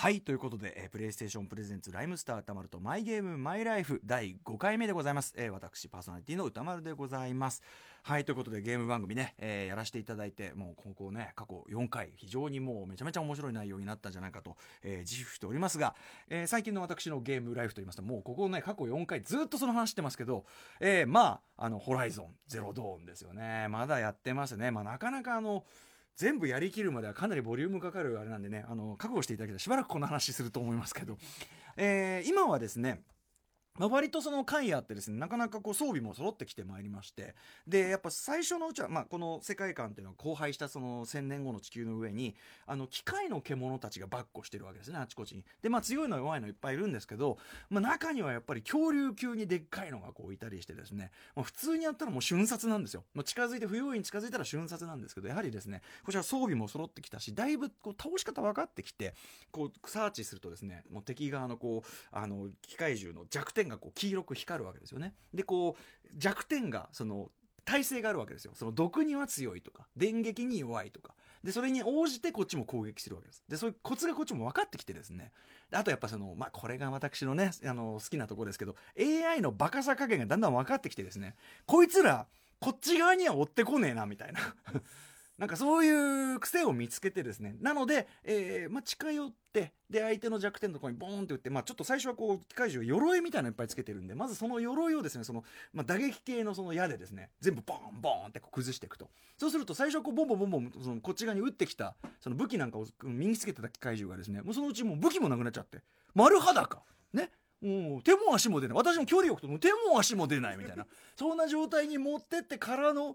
はいということで、プレイステーションプレゼンツライムスター歌丸とマイゲームマイライフ第5回目でございます。私パーソナリティの歌丸でございます。はいということでゲーム番組ね、やらせていただいて、もうここね過去4回非常にもうめちゃめちゃ面白い内容になったんじゃないかと、自負しておりますが、最近の私のゲームライフといいますと、もうここね過去4回ずっとその話してますけど、ホライゾンゼロドーンですよね。まだやってますね。なかなか全部やりきるまではかなりボリュームかかるあれなんでね、覚悟していただけたらしばらくこの話すると思いますけど、今はですね、割とその回あってですね、なかなかこう装備も揃ってきてまいりまして、でやっぱ最初のうちは、この世界観っていうのは荒廃したその1000年後の地球の上に機械の獣たちが跋扈してるわけですね、あちこちに。で強いの弱いのいっぱいいるんですけど、中にはやっぱり恐竜級にでっかいのがこういたりしてですね、普通にやったらもう瞬殺なんですよ。近づいて不用意に近づいたら瞬殺なんですけど、やはりですねこちら装備も揃ってきたし、だいぶこう倒し方分かってきて、こうサーチするとですね、もう敵側のこう機械獣の弱点がこう黄色く光るわけですよね。でこう弱点がその耐性があるわけですよ。その毒には強いとか電撃に弱いとかで、それに応じてこっちも攻撃するわけです。でそういうコツがこっちも分かってきてですね、あとやっぱそのこれが私のね好きなところですけど、 AI のバカさ加減がだんだん分かってきてですね、こいつらこっち側には追ってこねえなみたいななんかそういう癖を見つけてですね、なので、近寄ってで相手の弱点のところにボーンって打って、ちょっと最初はこう機械獣鎧みたいなのいっぱいつけてるんで、まずその鎧をですね、その、打撃系のその矢でですね全部ボーンボーンってこう崩していくと、そうすると最初はこうボンボンボンボンそのこっち側に打ってきたその武器なんかを身につけてた機械獣がですね、もうそのうちもう武器もなくなっちゃって丸裸ね、もう手も足も出ない、私も距離を置くともう手も足も出ないみたいなそんな状態に持ってってからの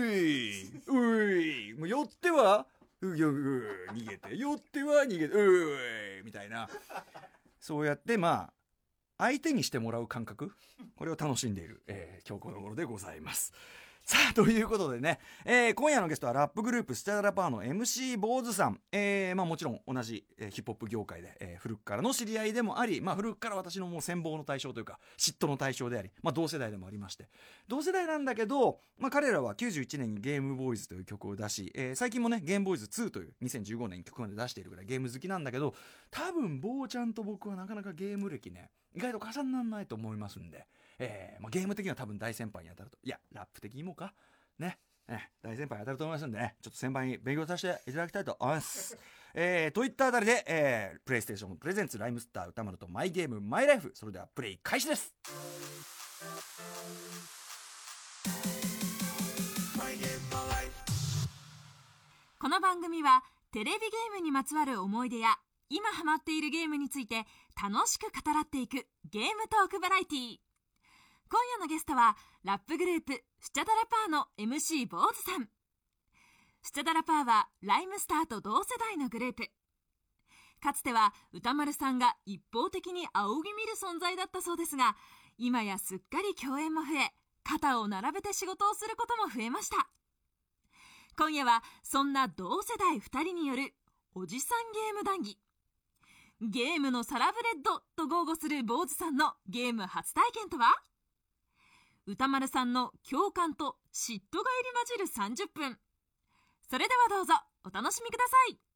もう寄っては逃げて寄っては逃げてみたいな、そうやって相手にしてもらう感覚、これを楽しんでいる、今日この頃でございます。さあということでね、今夜のゲストはラップグループスチャダラパーの MC 坊主さん、もちろん同じ、ヒップホップ業界で、古くからの知り合いでもあり、古くから私のもう羨望の対象というか嫉妬の対象であり、同世代でもありまして、同世代なんだけど、彼らは91年にゲームボーイズという曲を出し、最近もねゲームボーイズ2という2015年に曲まで出しているぐらいゲーム好きなんだけど、多分坊ちゃんと僕はなかなかゲーム歴ね意外と重ならないと思いますんで、ゲーム的には多分大先輩に当たると、いやラップ的にもかね、大先輩に当たると思いますんでね、ちょっと先輩に勉強させていただきたいと思います。といったあたりで、プレイステーションプレゼンツライムスター歌丸とマイゲームマイライフ、それではプレイ開始です。 この番組はテレビゲームにまつわる思い出や今ハマっているゲームについて楽しく語らっていくゲームトークバラエティー。今夜のゲストはラップグループスチャダラパーの MC 坊主さん。スチャダラパーはライムスターと同世代のグループ。かつては歌丸さんが一方的に仰ぎ見る存在だったそうですが、今やすっかり共演も増え、肩を並べて仕事をすることも増えました。今夜はそんな同世代2人によるおじさんゲーム談義。ゲームのサラブレッドと豪語する坊主さんのゲーム初体験とは？歌丸さんの共感と嫉妬が入り混じる30分。それではどうぞお楽しみください。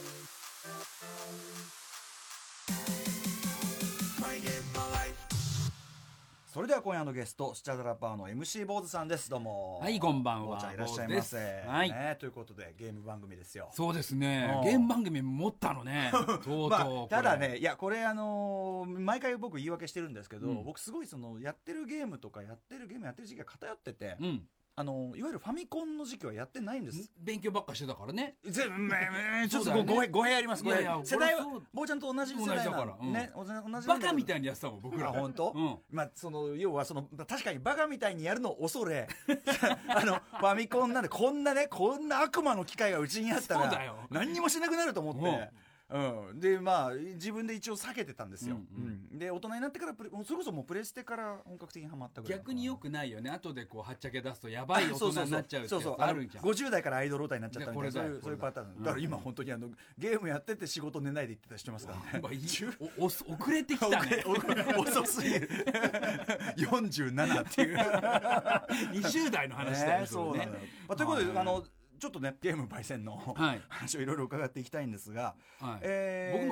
それでは今夜のゲストスチャダラパーの MC 坊主さんです。どうも。 はい、こんばんは。 坊ちゃんいらっしゃいませ。 はい、 ということでゲーム番組ですよ。 そうですね、ゲーム番組持ったのねとうとう、 ただね、いやこれ毎回僕言い訳してるんですけど、僕すごいそのやってるゲームとかやってる時期が偏ってて、いわゆるファミコンの時期はやってないんです。 勉強ばっかしてたからね。 ちょっと語弊あります。世代は坊ちゃんと同じ世代だからね。同じバカみたいにやってたもん僕ら。 本当？その要はその確かにバカみたいにやるのを恐れファミコンなんでこんな悪魔の機械がうちにあったら何にもしなくなると思って。で自分で一応避けてたんですよ。で大人になってからそれこそもうプレステから本格的にハマったぐらい。 逆に良くないよね、後でこうはっちゃけ出すとやばい大人になっちゃうってやつあるじゃん。 50代からアイドルオタになっちゃったみたいな、そういうパターンだから今本当にゲームやってて仕事寝ないで行ってたりしてますからね。 遅れてきたね。 遅すぎる47っていう 20代の話だよ。 そうなのよ。ということでちょっとねゲームパイセンの話をいろいろ伺っていきたいんですが、 僕も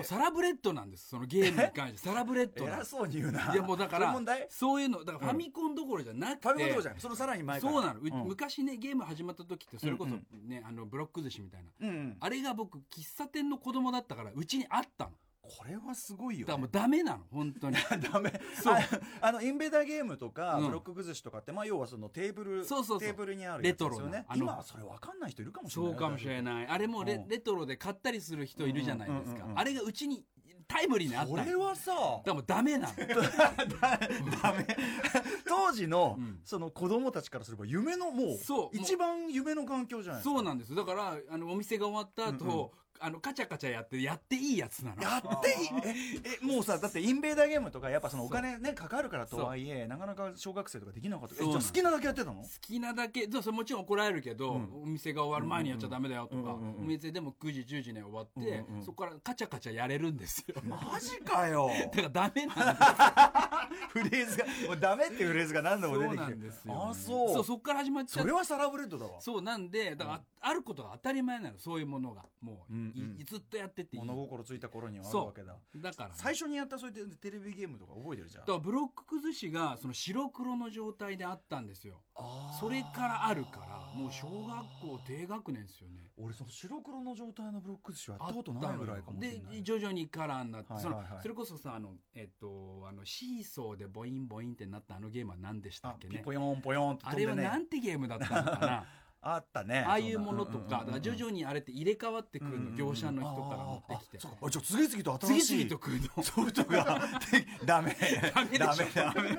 もサラブレッドなんです、そのゲームに関してサラブレッドなん偉です。 そうに言うな。 いやもうだから問題そういうのだからファミコンどころじゃなくて、 ファミコンどころじゃない、そのさらに前からそうなの、 ん昔ねゲーム始まった時ってそれこそね、ブロック寿司みたいな、あれが僕喫茶店の子供だったからうちにあったの。 これはすごいよ、ね、 だからもうダメなの本当にダメ。 そうインベーダーゲームとか、 うんブロック崩しとかって、まあ要はそのテーブル、 そうテーブルにあるやつですよね。 レトロな今はそれ分かんない人いるかもしれない。 そうかもしれない。あれもレトロで買ったりする人いるじゃないですか、 うんうんうんうんあれがうちにタイムリーにあったの。 これはさ、 だからもうダメなのダメ。当時の、 うんその子供たちからすれば夢のもそう一番夢の環境じゃないですか。 そうなんです。だからお店が終わった後、カチャカチャやっていいやつなの。 やっていいもうさ、だってインベーダーゲームとかやっぱそのお金ねかかるからとはいえ、なかなか小学生とかできなかった。じゃあ好きなだけやってたの？ 好きなだけ、それもちろん怒られるけど、お店が終わる前にやっちゃダメだよとか、お店でも9時10時に終わって、そこからカチャカチャやれるんですよ。 マジかよ。 だからダメなんです。 フレーズがもうダメっていうフレーズが何度も出てきてそうなんですよ、ね、 あ、そうそっから始まっちゃう。 それはサラブレッドだわ。 そうなんで、だから、あることが当たり前なの、そういうものがもう、ずっとやってていい。 物心ついた頃にはあるわけだ。 だから、ね、 最初にやったそういうテレビゲームとか覚えてるじゃん。 だからブロック崩しがその白黒の状態であったんですよ。それからあるからもう小学校低学年ですよね。 俺その白黒の状態のブロック寿司はやったことないぐらいかもしれない。 で徐々にカラーになって、 はいはいはい、 それこそさシーソーでボインボインってなったあのゲームは何でしたっけね。 ピポヨンポヨンって飛んで、ね、 あれはなんてゲームだったのかな。 あったね。 ああいうものとか、だから徐々にあれって入れ替わってくるの、業者の人から持ってきて。 じゃあ次々と新しい次々と来るのソフトがダメダメ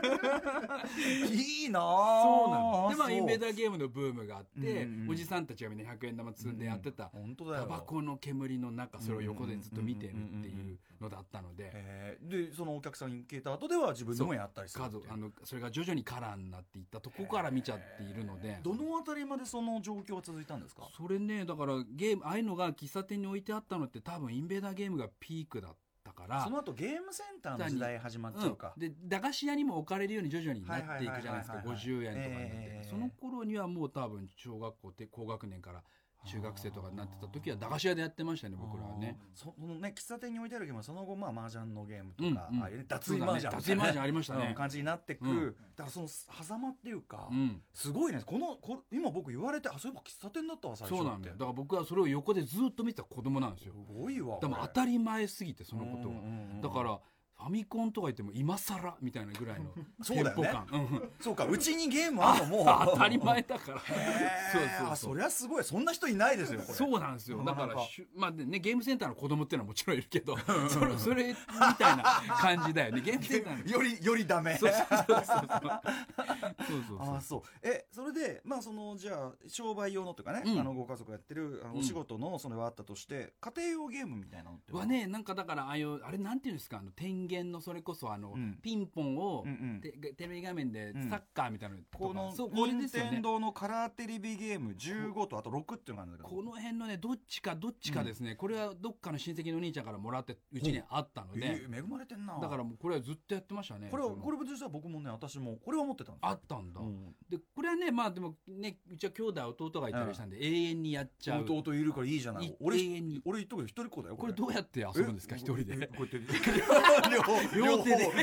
いいなぁ。 そうなの。でまあインベーダーゲームのブームがあって、おじさんたちがみんな100円玉積んでやってた、タバコの煙の中それを横でずっと見てるっていうのだったので、 でそのお客さんに消えた後では自分でもやったりする。 それが徐々にカラーになっていったとこから見ちゃっているので。 どのあたりまでその状況は続いたんですか？ それね、だからゲームああいうのが喫茶店に置いてあったのって多分インベーダーゲームがピークだったから、 その後ゲームセンターの時代始まっちゃうか、 で駄菓子屋にも置かれるように徐々になっていくじゃないですか。50円とかになって、その頃にはもう多分小学校って高学年から中学生とかになってた時は駄菓子屋でやってましたね、僕らはね。 そのね喫茶店に置いてあるゲームはその後まあ麻雀のゲームとか、脱衣麻雀脱衣麻雀ありましたね、 感じになってく、だからその狭間っていうか、すごいね。今僕言われて、そういえば喫茶店だったわ最初って。 そうなんだよ。だから僕はそれを横でずっと見てた子供なんですよ。 すごいわ。 でも当たり前すぎてそのことが、だからファミコンとか言っても今更みたいなぐらいのテンポ感。 そうか、うちにゲームあるのもう当たり前だから。 そりゃすごい。そんな人いないですよこれ。 そうなんですよ。だからまあね、ゲームセンターの子供っていうのはもちろんいるけど、それみたいな感じだよね。ゲームセンターのよりダメ。 そうそれでまあそのじゃあ商売用のとかね、ご家族がやってるお仕事のそれはあったとして、家庭用ゲームみたいなのってはね、なんかだからあれなんていうんですか、電源のそれこそピンポンをテレビ画面でサッカーみたいなのとか、 この任天堂のカラーテレビゲーム15とあと6っていうのがあるんだけど、 この辺のねどっちかですね。これはどっかの親戚のお兄ちゃんからもらってうちにあったので、 恵まれてんな。 だからもうこれはずっとやってましたね。 これ実は僕もね、私もこれは持ってたんです。 あったんだ。でこれはね、まあでもね、うちは兄弟弟がいたりしたんで永遠にやっちゃう。 弟いるからいいじゃない。 永遠に。 俺言っとくよ、一人っ子だよ。 これどうやって遊ぶんですか、一人で。 こうやって両手で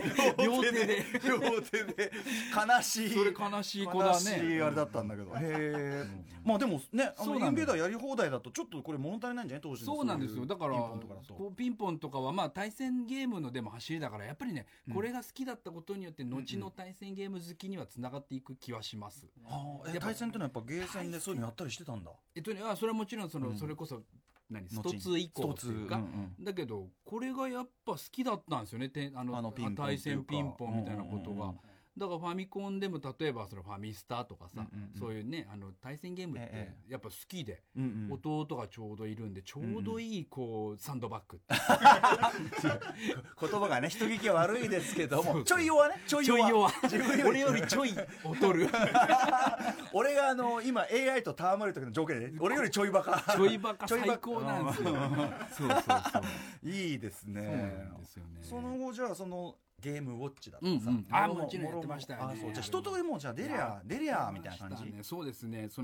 悲しい。 それ悲しい子だね。 悲しいあれだったんだけど。まあでもね、インベーダーやり放題だとちょっとこれ物足りないんじゃない当時の。 そうなんですよ。だからピンポンとかはまあ対戦ゲームのでも走りだから、やっぱりね、これが好きだったことによって後の対戦ゲーム好きにはつながっていく気はします。 対戦ってのはやっぱゲーセンでそういうのやったりしてたんだ。 それはもちろんそれこそスト2以降っていうか、だけどこれがやっぱ好きだったんですよね。対戦ピンポンみたいなことが。だからファミコンでも例えばそのファミスタとかさ、そういうね対戦ゲームってやっぱ好きで、弟がちょうどいるんでちょうどいいこうサンドバッグって言葉がね人聞きは悪いですけども、ちょい弱ね、ちょい弱俺よりちょい劣る俺が今 AI と戯れる時の条件で俺よりちょいバカ最高なんですよ。 いいですね。その後じゃあそのゲームウォッチだとかさ、 もちろんやってましたよね。 じゃあ一通りもうじゃあ出りゃみたいな感じ。 そうですね。その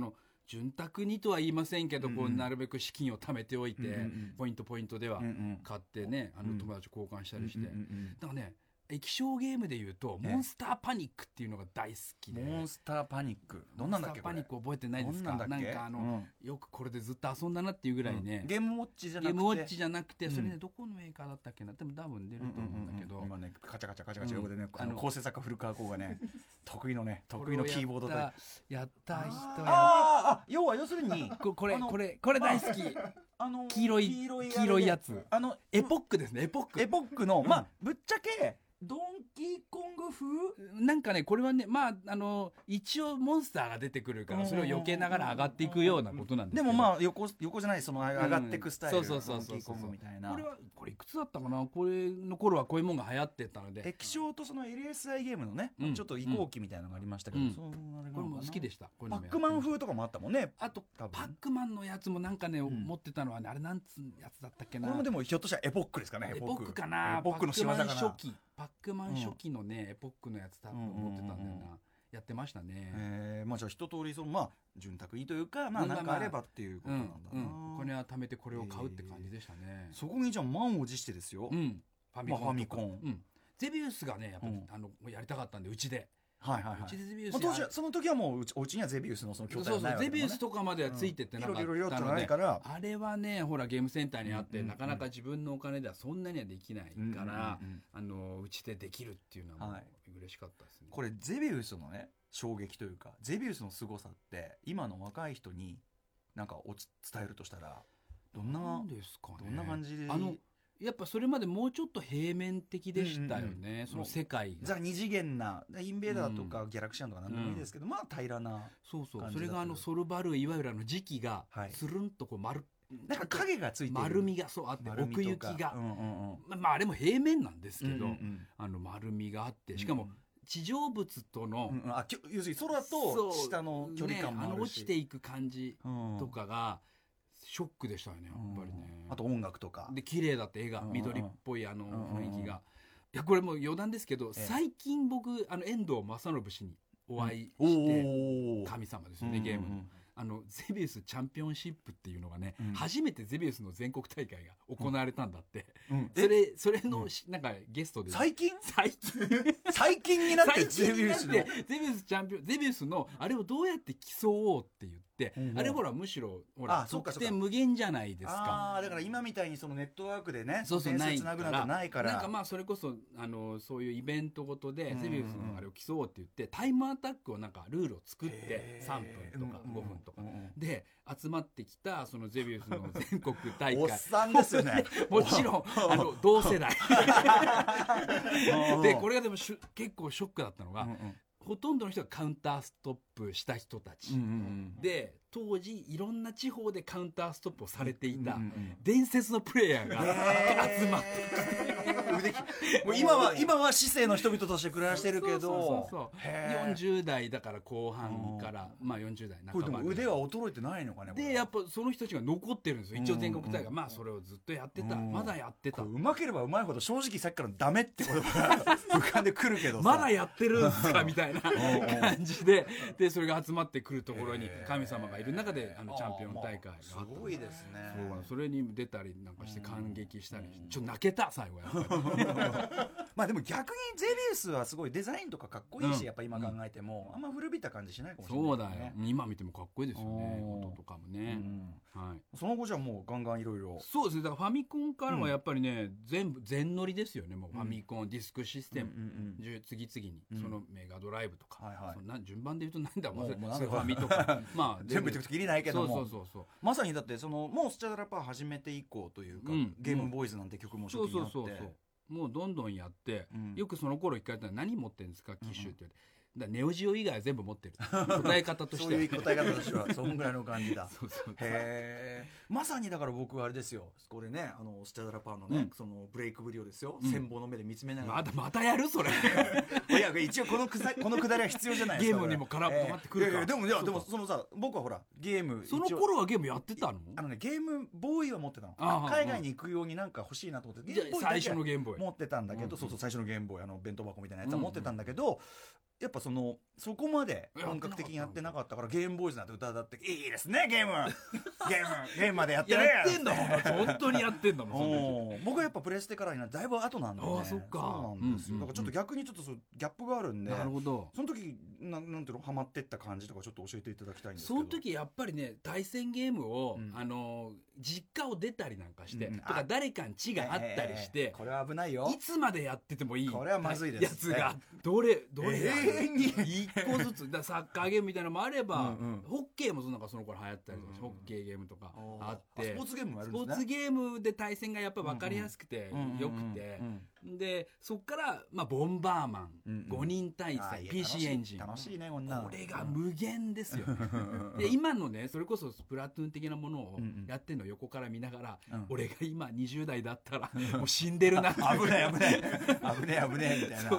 潤沢にとは言いませんけど、こうなるべく資金を貯めておいて、ポイントでは買ってね、友達交換したりして、だからね、液晶ゲームでいうとモンスターパニックっていうのが大好きで。 モンスターパニック、どんなんだっけ。 モンスターパニック覚えてないですか。なんかよくこれでずっと遊んだなっていうぐらいね、 ゲームウォッチじゃなくて、 ゲームウォッチじゃなくて、それね、どこのメーカーだったっけな、でも多分出ると思うんだけど、 今ねカチャカチャ横でね、構成作家古川光がね得意のキーボードでやった人要するにこれ大好き。黄色いやつ、エポックですね。エポックの、まあぶっちゃけドンキーコング風なんかね、これはね、まあ一応モンスターが出てくるから、それを避けながら上がっていくようなことなんですけど、 でもまあ横じゃない、その上がっていくスタイル、 そうドンキーコングみたいな。これいくつだったかな。これの頃はこういうもんが流行ってたので、 液晶とその LSI ゲームのね、ちょっと移行期みたいなのがありましたけど、 これも好きでした。 パックマン風とかもあったもんね。 あとパックマンのやつもなんかね、持ってたのはね、あれなんつやつだったっけな。 これもでもひょっとしたらエポックですかね。 エポックかな。 エポックの仕業かな。 パックマン初期のね、エポックのやつ多分持ってたんだよな。やってましたね。 まあじゃあ一通り潤沢にというか、まあなんかあればっていうことなんだな。 お金は貯めてこれを買うって感じでしたね。 そこにじゃあ満を持してですよ。ファミコン。 ゼビウスがね、やっぱりやりたかったんで、うちで。うちでゼビウス。 その時はもうお家にはゼビウスのその筐体はないわけゼビウスとかまではついてってなかったので、あれはね、ほらゲームセンターにあってなかなか自分のお金ではそんなにはできないから、うちでできるっていうのは嬉しかったですね。 これゼビウスのね衝撃というか、ゼビウスの凄さって今の若い人になんか伝えるとしたらどんな感じで。 やっぱそれまでもうちょっと平面的でしたよね、その世界が。 ザ二次元なインベーダーとかギャラクシアンとか何でもいいですけど、まあ平らな。 そうそれがソルバルいわゆる時期がつるんとこう丸なんか影がついてる、 丸みがそうあって、奥行きが、まああれも平面なんですけど、丸みがあって、しかも地上物との、 要するに空と下の距離感もあるし、 落ちていく感じとかがショックでしたよね、やっぱりね。 あと音楽とかで綺麗だって、絵が緑っぽい雰囲気が。いやこれもう余談ですけど、最近僕遠藤正信氏にお会いして、神様ですよね、ゲームの。ゼビウスチャンピオンシップっていうのがね、初めてゼビウスの全国大会が行われたんだって。それのなんかゲストで最近になってゼビウスのあれをどうやって競おうって言って、あれほらむしろほら得点無限じゃないですか。 だから今みたいにそのネットワークでね、 そうつなぐなんてないから、 なんかまあそれこそそういうイベントごとでゼビウスのあれを競おうって言って、タイムアタックをなんかルールを作って3分とか5分とかで集まってきたそのゼビウスの全国大会、 おっさんですよねもちろん同世代で、これがでも結構ショックだったのが、ほとんどの人がカウンターストップした人たちで、当時いろんな地方でカウンターストップをされていた伝説のプレイヤーが集まってきて、 もう今は市政の人々として暮らしてるけど、 40代だから後半からまあ40代半ば、 これでも腕は衰えてないのかね。 でやっぱその人たちが残ってるんですよ、一応全国大会。まあそれをずっとやってた、まだやってた。 うまければうまいほど正直さっきからダメってことが浮かんでくるけどさ、 まだやってるんすかみたいな感じで、それが集まってくるところに神様がいる中でチャンピオン大会があった。すごいですね。 それに出たりなんかして感激したり、ちょっと泣けた最後やっぱりまあでも逆にゼビウスはすごいデザインとかかっこいいし、やっぱ今考えてもあんま古びた感じしないかもしれない。 そうだよ、今見てもかっこいいですよね、音とかもね。 その後じゃあもうガンガンいろいろ。 そうですね、だからファミコンからはやっぱりね、全部全乗りですよね。もうファミコン、ディスクシステム、次々にそのメガドライブとか、そんな順番で言うとなんだろう、スーファミとかまあ全部言ってきりないけども、 そうまさにだってそのもうスチャダラパー始めて以降というか、ゲームボーイズなんて曲も初期にあって、 もうどんどんやって、よくその頃聞かれたら何持ってるんですか機種って言われて、だネオジオ以外は全部持ってる答え方としてはそういう答え方としてはそんぐらいの感じだ。へえ。まさにだから僕はあれですよ、これね、スチャダラパーのね、そのブレイクぶりをですよ、羨望の目で見つめながら、 またやるそれいや一応このくだりは必要じゃないですか。 ゲームにも絡まってくるから。 でもそのさ、僕はほらゲーム、 その頃はゲームやってたの？ ゲームボーイは持ってたの。海外に行くようになんか欲しいなと思って、 最初のゲームボーイ持ってたんだけど、そう最初のゲームボーイ、弁当箱みたいなやつは持ってたんだけど、 やっぱそこまで本格的にやってなかったからゲームボーイズなんて歌だっていいですねゲームまでやってねやってんだもん本当にやってんだもん僕はやっぱプレステからになだいぶ後なんでね。 そっかそうなんですよ、だからちょっと逆にちょっとギャップがあるんで、 なるほど。 その時なんていうのハマってった感じとかちょっと教えていただきたいんですけど。 その時やっぱりね対戦ゲームを、実家を出たりなんかして、とか誰かに血があったりして、 これは危ないよ。 いつまでやっててもいいこれはまずいですやつがどれ永遠に一個ずつだサッカーゲームみたいなのもあれば、ホッケーもなんかその頃流行ったりとか、ホッケーゲームとかあってスポーツゲームもやるんですね。 スポーツゲームで対戦がやっぱ分かりやすくてよくて、でそっからボンバーマン、5人対戦 PC エンジン楽しいねこんなの。 これが無限ですよで今のねそれこそスプラトゥーン的なものをやってるの横から見ながら、俺が今20代だったらもう死んでるなって危ねえみたいな。 そう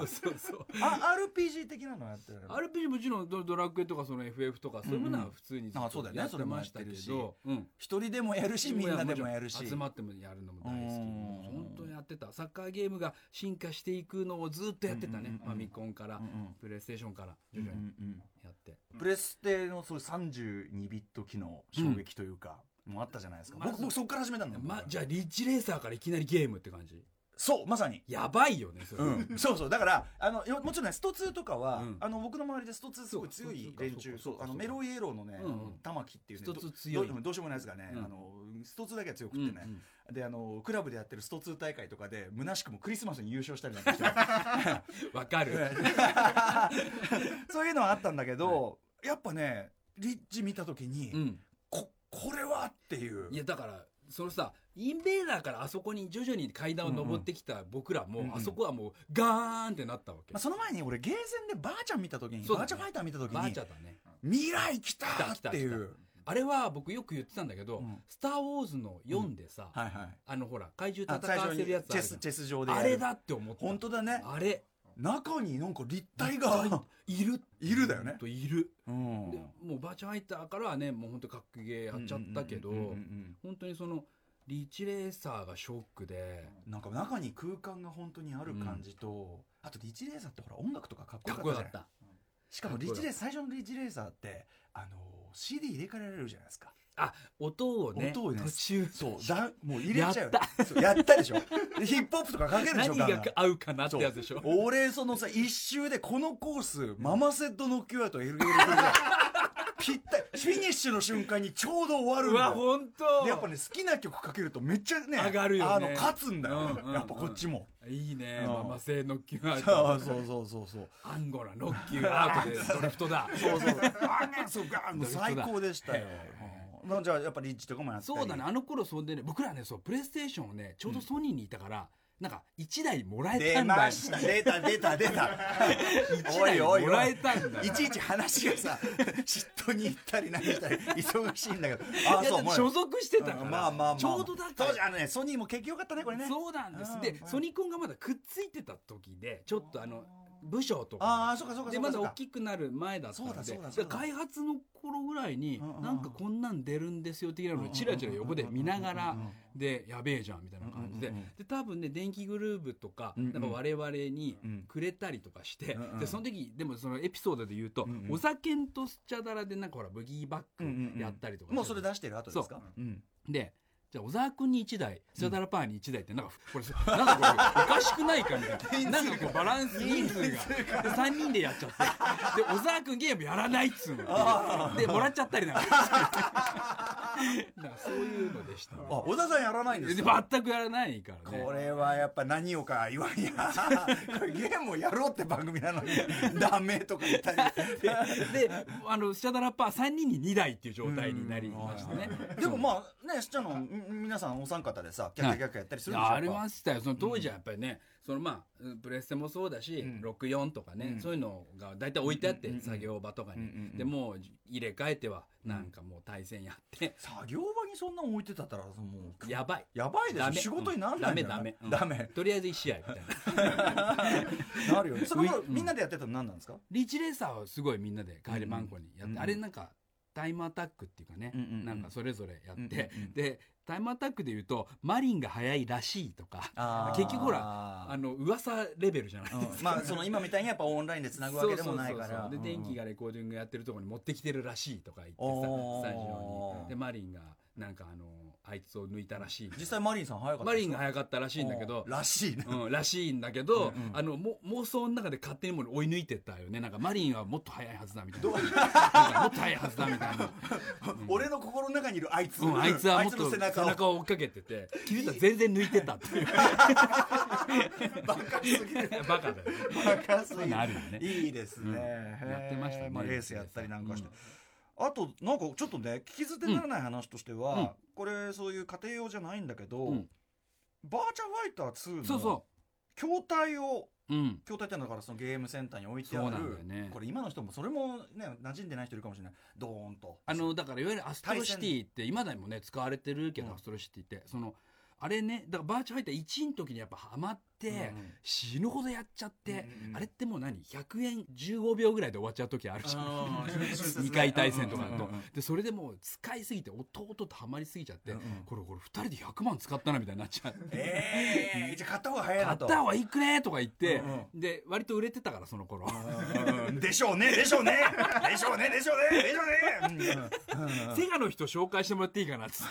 RPG 的なのやってる。 RPG もちろんドラクエとかその FF とかそういうものは普通にずっとやってましたけど、 一人でもやるしみんなでもやるし集まってもやるのも大好き。本当にやってた。サッカーゲームが進化していくのをずっとやってたね。ファミコンからプレイステーションから徐々にやって、 プレステのそれ32ビット機能衝撃というか、もうあったじゃないですか。僕そこから始めたんだよ。 じゃあリッチレーサーからいきなりゲームって感じ。 そうまさにやばいよねそれ、 そうだからもちろんねスト2とかは、僕の周りでスト2すごい強い連中、メロイエローのね、玉木っていうね、 スト2強いどうしようもないやつがね、スト2だけは強くってね、でクラブでやってるスト2大会とかで虚しくもクリスマスに優勝したりなんかしてわかるそういうのはあったんだけど、やっぱねリッチ見た時に、これはっていう。 いやだからそのさインベーダーからあそこに徐々に階段を登ってきた僕らも、あそこはもうガーンってなったわけ。 その前に俺ゲーセンでバーチャン見た時に、バーチャンファイター見た時にバーチャンだね、 未来来たっていう。 あれは僕よく言ってたんだけど、スター・ウォーズの4でさ、ほら怪獣戦わせるやつあるじゃん、 チェス上であれだって思って。 本当だね。 あれ中になんか立体がいるだよね。 いる。でもうバーチャンファイターからはねもう本当格ゲーやっちゃったけど、本当にそのリッチレーサーがショックで、 なんか中に空間が本当にある感じと、あとリッチレーサーってほら音楽とかかっこよかった。しかも最初のリッチレーサーってCD 入れ替えられるじゃないですか。 音をね途中もう入れちゃう。やったでしょ。ヒップホップとかかけるでしょ。 何が合うかなってやつでしょ。 俺そのさ一周でこのコースママセットノッキュアと LL ぴったりフィニッシュの瞬間にちょうど終わるんだよ。 本当でやっぱね好きな曲かけるとめっちゃね上がるよね。 勝つんだよ、やっぱこっちもいいね、ママ製ノッキュアート。そうアンゴラノッキュアートでドリフトだ。 最高でしたよ。じゃあやっぱリッチとかもやったり。 そうだね、あの頃そんでね僕らねプレイステーションをねちょうどソニーにいたから、なんか1台もらえたんだよ。 出ました。出た 1台もらえたんだよ。 いちいち話がさ嫉妬に行ったり何したり忙しいんだけど、 所属してたからちょうどだから当時ソニーも景気よかったねこれね。 そうなんです。でソニコンがまだくっついてた時でちょっと部署とかでまだ大きくなる前だったんで、開発の頃ぐらいになんかこんなん出るんですよ的なのをチラチラ横で見ながらでやべえじゃんみたいな感じで、多分ね電気グルーヴとかなんか我々にくれたりとかして、でその時でもそのエピソードで言うとお酒とスチャダラでなんかほらブギーバックやったりとか、 もうそれ出してる後ですか。 でじゃあ小沢君に1台スチャダラパーに1台ってなんかこれおかしくないかみたいな、なんかこうバランス人数がで3人でやっちゃってで小沢君ゲームやらないっつうのでもらっちゃったりなんかそういうのでした。 小田さんやらないんですか。全くやらないからね。 これはやっぱ何をか言わんやゲームをやろうって番組なのにダメとか言ったりでスチャダラパー3人に2台っていう状態になりましたね。 でもまあねスチャの皆さんお三方でさキャッキャキャッキャやったりするんでしょ。 ありましたよ。その当時はやっぱりね、プレステもそうだし、64とかね、そういうのが大体置いてあって、作業場とかに、でもう入れ替えてはなんかもう対戦やって、 作業場にそんな置いてたらもうやばいでしょ。仕事にならないんだよ。ダメとりあえず1試合みたいななるよね。その頃みんなでやってたの何なんですか。 リーチレーサーはすごいみんなで帰りマンコにやって、あれなんかタイムアタックっていうかね、なんかそれぞれやって、でタイムアタックでいうとマリンが速いらしいとか、結局ほら噂レベルじゃないですか、 まあその今みたいにやっぱオンラインでつなぐわけでもないから。 で電気がレコーディングやってるところに持ってきてるらしいとか言ってさ、スタジオに。でマリンがなんかあいつを抜いたらしい。 実際マリンさん早かった。 マリンが早かったらしいんだけど、 らしいね。 らしいんだけど、妄想の中で勝手にも追い抜いてったよね。なんかマリンはもっと早いはずだみたいな。もっと早いはずだみたいな。 俺の心の中にいるあいつ。 あいつはもっと背中を追っかけてて、気づいたら全然抜いてたっていう。 バカすぎる。 バカだよ。 バカすぎる。 あるよね。 いいですね。 やってましたね。 レースやったりなんかして。あとなんかちょっとね聞き捨てならない話としては、これそういう家庭用じゃないんだけど、バーチャファイター2の筐体を、筐体ってのだからそのゲームセンターに置いてある、これ今の人もそれもね馴染んでない人いるかもしれない。ドーンとだからいわゆるアストロシティって今でもね使われてるけど、アストロシティってそのあれね、だからバーチャファイター1の時にやっぱハマって、死ぬほどやっちゃって、あれってもう100円15秒ぐらいで終わっちゃう時あるじゃん。2回対戦とかだと。で、それでもう使いすぎて、弟とハマりすぎちゃって、これ2人で100万使ったなみたいになっちゃう。 じゃあ買った方が早いなと。 買った方がいいくねとか言って、で、割と売れてたからその頃。 でしょうね、でしょうね、でしょうね、でしょうね、でしょうね。 セガの人紹介してもらっていいかなっつって。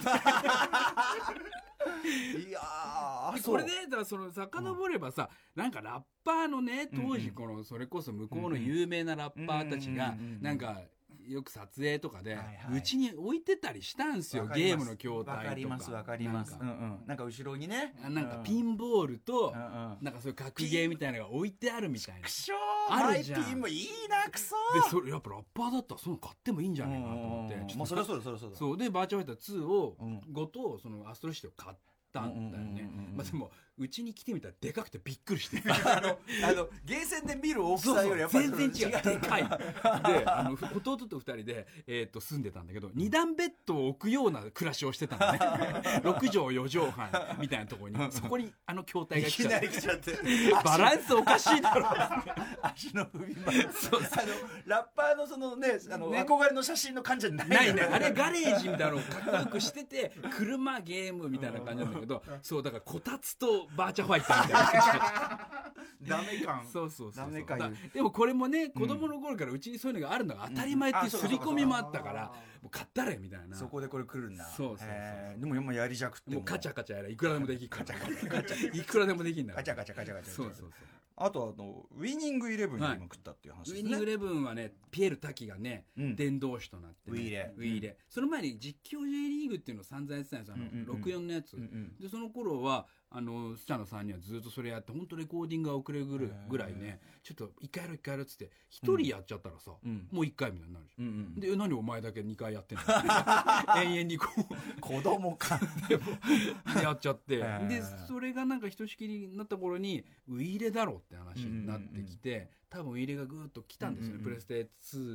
いやーこれねだからその遡ればさ、なんかラッパーのね当時このそれこそ向こうの有名なラッパーたちがなんかよく撮影とかでうちに置いてたりしたんですよ、ゲームの筐体とか。 わかりますわかります。なんか後ろにねなんかピンボールとなんかそういう格ゲーみたいなのが置いてあるみたいな。あるじゃん。 ピンもいいなクソ。 でそれやっぱラッパーだったらそういうの買ってもいいんじゃないかなと思って。 まあそれはそうだそれはそうだ。 そうでバーチャルファイター2をごとそのアストロシティを買ったんだよね。まあでもうちに来てみたらでかくてびっくりして。 ゲーセンで見る大きさよりやっぱり全然違う。でかい。で弟と2人で住んでたんだけど2段ベッドを置くような暮らしをしてたんだね。6畳4畳半みたいなところにそこに筐体が来ちゃって。いきなり来ちゃって。バランスおかしいだろ。 足の踏み場。そうラッパーのそのね憧れの写真の感じじゃないね。あれガレージみたいなのをかっこよくしてて車ゲームみたいな感じなんだけど、そうだからこたつとバーチャファイターみたいなダメ感。 そうダメ感。 でもこれもね子供の頃からうちにそういうのがあるのが当たり前っていう刷り込みもあったから、もう買ったれみたいな。 そこでこれ来るんだ。 そうでも今やりじゃくってもうカチャカチャやらいくらでもできる。カチャカチャいくらでもできるんだ。 カチャカチャカチャカチャ。 そうあとウィニングイレブンに今食ったっていう話ですね。 ウィニングイレブンはねピエール滝がね伝道師となってウィーレ。その前に実況 J リーグっていうのを散々やってたんですよ。64のやつで、その頃はスチャのさんにはずっとそれやって本当レコーディングが遅れるぐらいね、ちょっと一回やろう一回やろうっつって一人やっちゃったらさ、もう一回みたいになるじゃん。で何お前だけ2回やってんの。延々にこう子供かやっちゃって、でそれがなんかひとしきりになった頃にウィーレだろって話になってきて、多分ウィーレがぐーっと来たんですよね。プレステ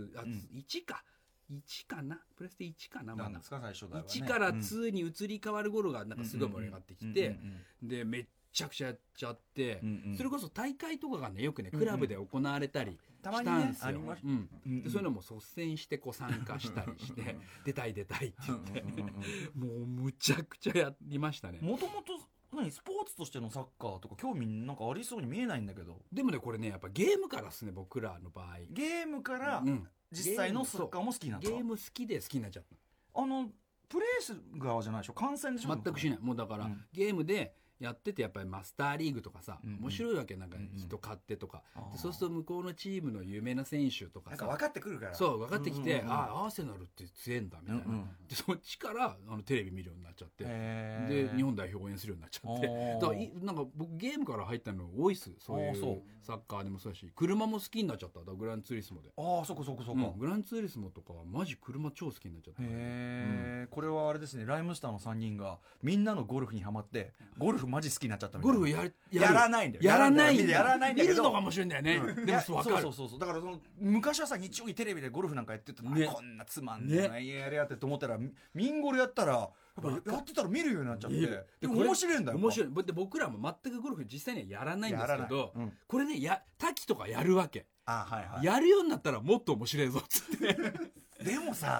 21か1かな、プレステ1かな、まだ1から2に移り変わる頃がなんかすごい盛り上がってきて、でめっちゃくちゃやっちゃって、それこそ大会とかがねよくねクラブで行われたりしたんですよ。でそういうのも率先してこう参加したりして出たいって言ってもうむちゃくちゃやりましたね。 もともとスポーツとしてのサッカーとか興味なんかありそうに見えないんだけど。 でもねこれねやっぱゲームからですね、僕らの場合。 ゲームから実際のサッカーも好きになった。 ゲーム好きで好きになっちゃった。 プレース側じゃないでしょ、観戦でしょ。 全くしない。もうだから、ゲームでやっててやっぱりマスターリーグとかさ、面白いわけ。なんか人買ってとか、そうすると向こうのチームの有名な選手とかさ分かってくるから。 そう分かってきて、アーセナルって強いんだみたいな。でそっちからテレビ見るようになっちゃって、で日本代表応援するようになっちゃって、だからなんか僕ゲームから入ったの多いっす。そういうサッカーでもそうだし、車も好きになっちゃった。グランツーリスモで。 そこグランツーリスモとかはマジ車超好きになっちゃった。 これはあれですね、ライムスターの3人がみんなのゴルフにハマってゴルフマジ好きになっちゃったみたいな。 ゴルフやらないんだよ。 やらないんだけど見るのが面白いんだよね。でも分かる。 そうだから昔はさ日曜日テレビでゴルフなんかやってたらこんなつまんないやれやってと思ったらミンゴルやったらやってたら見るようになっちゃって、でも面白いんだよ。 面白い。で僕らも全くゴルフ実際にはやらないんですけど、これね滝とかやるわけ。やるようになったらもっと面白いぞっつって。 でもさ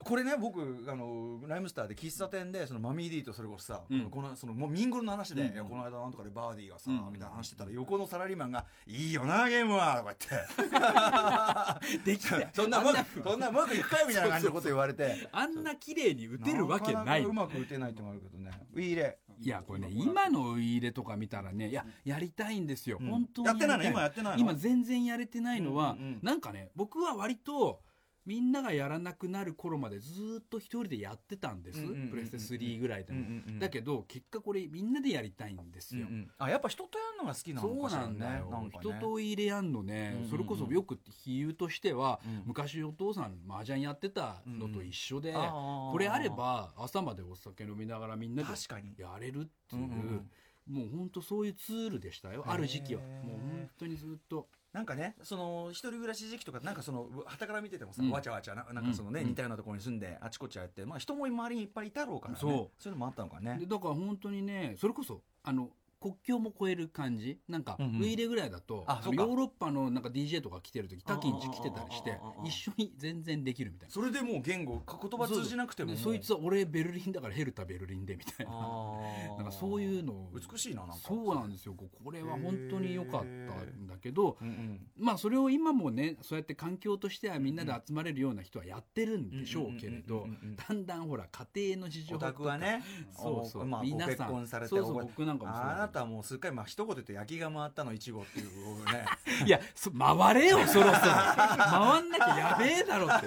これね僕ライムスターで喫茶店でそのマミー D とそれこそさ、このそのもうミンゴルの話で、いやこの間なんとかでバーディーがさ、みたいな話してたら横のサラリーマンが「いいよなゲームは」とか言ってできてそんなうまくいくかよみたいな感じのこと言われてあんな綺麗に打てるわけない。 うまく打てないってのもあるけどね。ウィーレいやこれね今のウィーレとか見たらねやりたいんですよ、本当にやってないの今やってないの今全然やれてないのは、なんかね僕は割とみんながやらなくなる頃までずっと一人でやってたんです、プレステ3ぐらいでも、だけど結果これみんなでやりたいんですよ、 やっぱ人とやるのが好きなのかしらね。 そうなんだよ、 なんかね人と入れやんのね、それこそよく比喩としては、昔お父さん麻雀やってたのと一緒で、これあれば朝までお酒飲みながらみんなでやれるっていう、もう本当そういうツールでしたよ、ある時期は。もう本当にずっとなんかね、その一人暮らし時期とかなんかその傍から見ててもさ、わちゃわちゃなんかそのね、似たようなところに住んであちこちやって、まあ人も周りにいっぱいいたろうからね。そういうのもあったのかね。 だから本当にね、それこそ国境も越える感じなんか、ウィーレぐらいだとヨーロッパのなんか DJ とか来てる時タキンチ来てたりして一緒に全然できるみたいな。 それでもう言葉通じなくてもそいつは俺ベルリンだからヘルタベルリンでみたいななんかそういうの美しいな。なんかそうなんですよ。これは本当に良かったんだけど、まあそれを今もねそうやって環境としてはみんなで集まれるような人はやってるんでしょうけれど、だんだんほら家庭の事情とかオタクはね、 そうまあご結婚されて、 そう僕なんかもそうあなたはもうすっかり一言で言って焼きが回ったの1号っていうねいや回れよそろそろ回んなきゃやべえだろって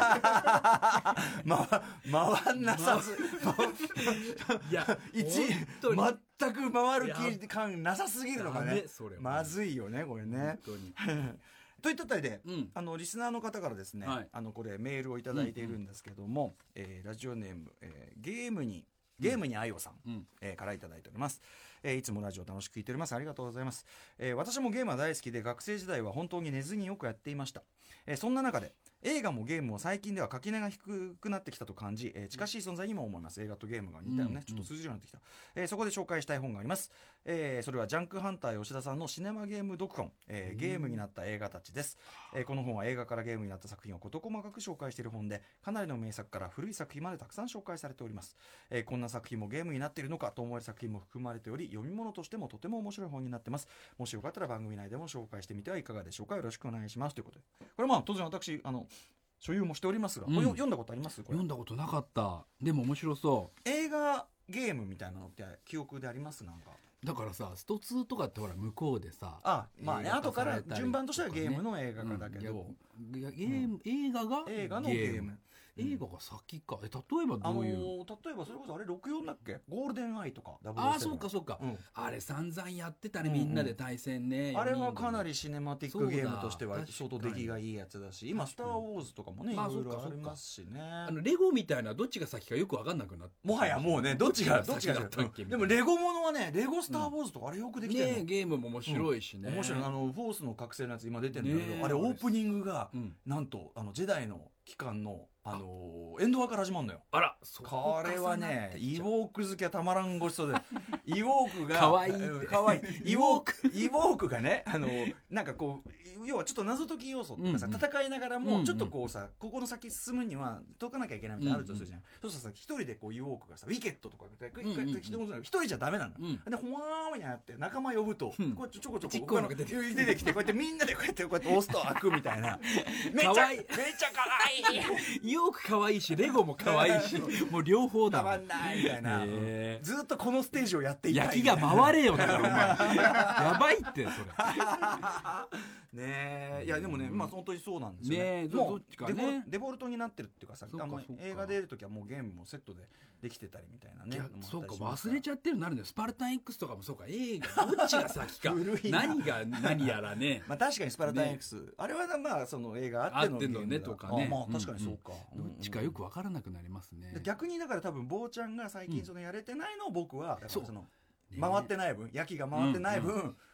回んなさすいや全く回る気感なさすぎるのがねまずいよねこれね。といったあたりで、リスナーの方からですね、これメールをいただいているんですけども、ラジオネーム、ゲームにあいおさん、からいただいております。いつもラジオ楽しく聞いております。ありがとうございます。私もゲームは大好きで学生時代は本当に寝ずによくやっていました。そんな中で映画もゲームも最近では垣根が低くなってきたと感じ、近しい存在にも思います。映画とゲームが似たよね、ちょっと通じるようになってきた。そこで紹介したい本があります。それはジャンクハンター吉田さんのシネマゲーム読本、ゲームになった映画たちです。この本は映画からゲームになった作品を事細かく紹介している本で、かなりの名作から古い作品までたくさん紹介されております。こんな作品もゲームになっているのかと思える作品も含まれており、読み物としてもとても面白い本になってます。もしよかったら番組内でも紹介してみてはいかがでしょうか。よろしくお願いしますということで、これ当然私所有もしておりますが、読んだことあります？これ読んだことなかった。でも面白そう。 映画ゲームみたいなのって記憶であります？なんかだからさスト2とかってほら向こうでさまあね後から順番としてはゲームの映画化だけど、 映画のゲーム映画が先か。例えばどういう、 例えばそれこそあれ64だっけ、ゴールデンアイとか。 そうか、あれ散々やってたね、みんなで対戦ね。 あれはかなりシネマティックゲームとしては相当出来がいいやつだし、今スターウォーズとかもねいろいろありますしね。 レゴみたいなどっちが先かよく分かんなくなって、 もはやもうねどっちが先だったっけ。でもレゴものはね、レゴスターウォーズとかあれよくできてるの。 ゲームも面白いしね。 面白い。フォースの覚醒のやつ今出てるんだけど、あれオープニングがなんとジェダイの期間のエンドワから始まるのよ。 あら、 これはねイウォーク好きはたまらんごちそうでイウォークがかわいいイウォークがねなんかこう要はちょっと謎解き要素とかさ、戦いながらもちょっとこうさ、ここの先進むには解かなきゃいけないみたいなのあるとするじゃん。そうしたらさ一人でこうイウォークがさウィケットとか一人じゃダメなの。でほわーみたいなやって仲間呼ぶとこうやってちょこちょこ出てきてこうやってみんなでこうやって押すと開くみたいな。めちゃかわいい。 よく可愛いしレゴも可愛いしもう両方だ。 たまんないみたいな。ずっとこのステージをやっていたい。 焼きが回れよだからお前。やばいってそれ。 ねえ、いやでもね、本当にそうなんですよね。もうデフォルトになってるっていうかさ、映画出るときはもうゲームもセットでできてたりみたいなね。 そうか、忘れちゃってるなるんだよ。スパルタン X とかもそうか、映画どっちが先か何が何やらね。 確かにスパルタン X あれはその映画あってのねとかね。 確かにそうか。 どっちかよく分からなくなりますね。 逆にだから多分坊ちゃんが最近やれてないのを僕はその回ってない分、焼きが回ってない分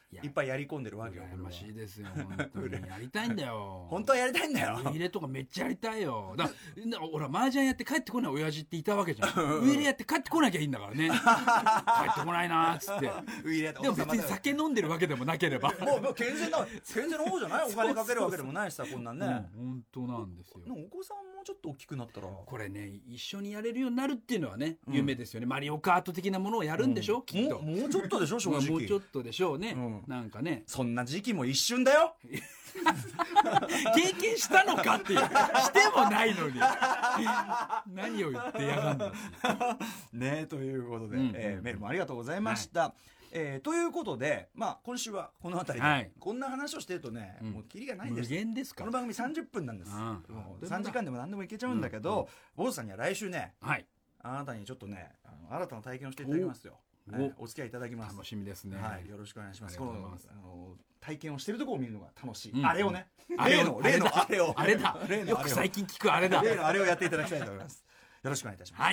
いっぱいやり込んでるわけよ。 羨ましいですよ本当にやりたいんだよ本当はやりたいんだよ。 ウイイレとかめっちゃやりたいよ。俺麻雀やって帰ってこない親父っていたわけじゃん。ウイイレやって帰ってこなきゃいいんだからね。帰ってこないなーっつって。 ウイイレでも別に酒飲んでるわけでもなければ。 もう健全の方じゃない。お金かけるわけでもないしさ、こんなんね。 本当なんですよ。 お子さんもちょっと大きくなったらこれね、一緒にやれるようになるっていうのはね、夢ですよね。マリオカート的なものをやるんでしょ、きっと。 もうちょっとでしょ、正直。 もうちょっとでしょうね。なんかね。 そんな時期も一瞬だよ。 経験したのかっていう。してもないのに。何を言ってやがんだね、ということで、メールもありがとうございました。ということで、今週はこの辺りで、こんな話をしてるとね、もうキリがないんです。 無限ですか。 この番組30分なんです。3時間でも何でもいけちゃうんだけど、坊主さんには来週ね、あなたにちょっとね、新たな体験をしていただきますよ。お付き合いいただきます。 楽しみですね。 よろしくお願いします。この体験をしてるところを見るのが楽しい。あれをね、例のあれを、 あれだ。よく最近聞くあれだ。 例のあれをやっていただきたいと思います。よろしくお願いいたします。 はい。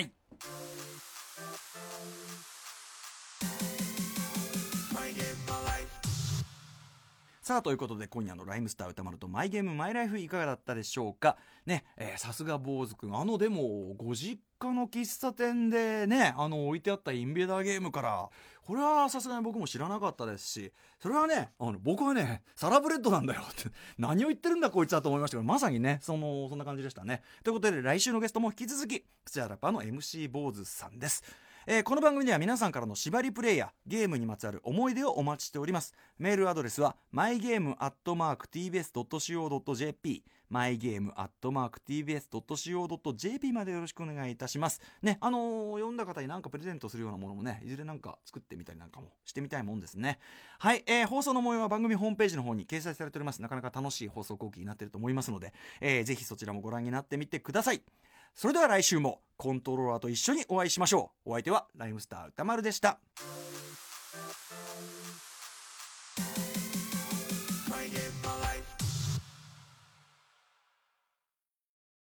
さあということで今夜のライムスター歌丸とマイゲームマイライフいかがだったでしょうかね。さすが坊主くん、でもご実家の喫茶店でね置いてあったインベーダーゲームから、これはさすがに僕も知らなかったですし、それはね僕はねサラブレッドなんだよって何を言ってるんだこいつはと思いましたけど、まさにねそんな感じでしたね。ということで来週のゲストも引き続き土屋ラッパーの MC 坊主さんです。この番組では皆さんからの縛りプレイやゲームにまつわる思い出をお待ちしております。メールアドレスは mygame@tbs.co.jp mygame@tbs.co.jp までよろしくお願いいたしますね。読んだ方に何かプレゼントするようなものもね、いずれなんか作ってみたりなんかもしてみたいもんですね。はい、放送の模様は番組ホームページの方に掲載されております。なかなか楽しい放送後期になっていると思いますので、ぜひそちらもご覧になってみてください。それでは来週もコントローラーと一緒にお会いしましょう。お相手はライムスター歌丸でした。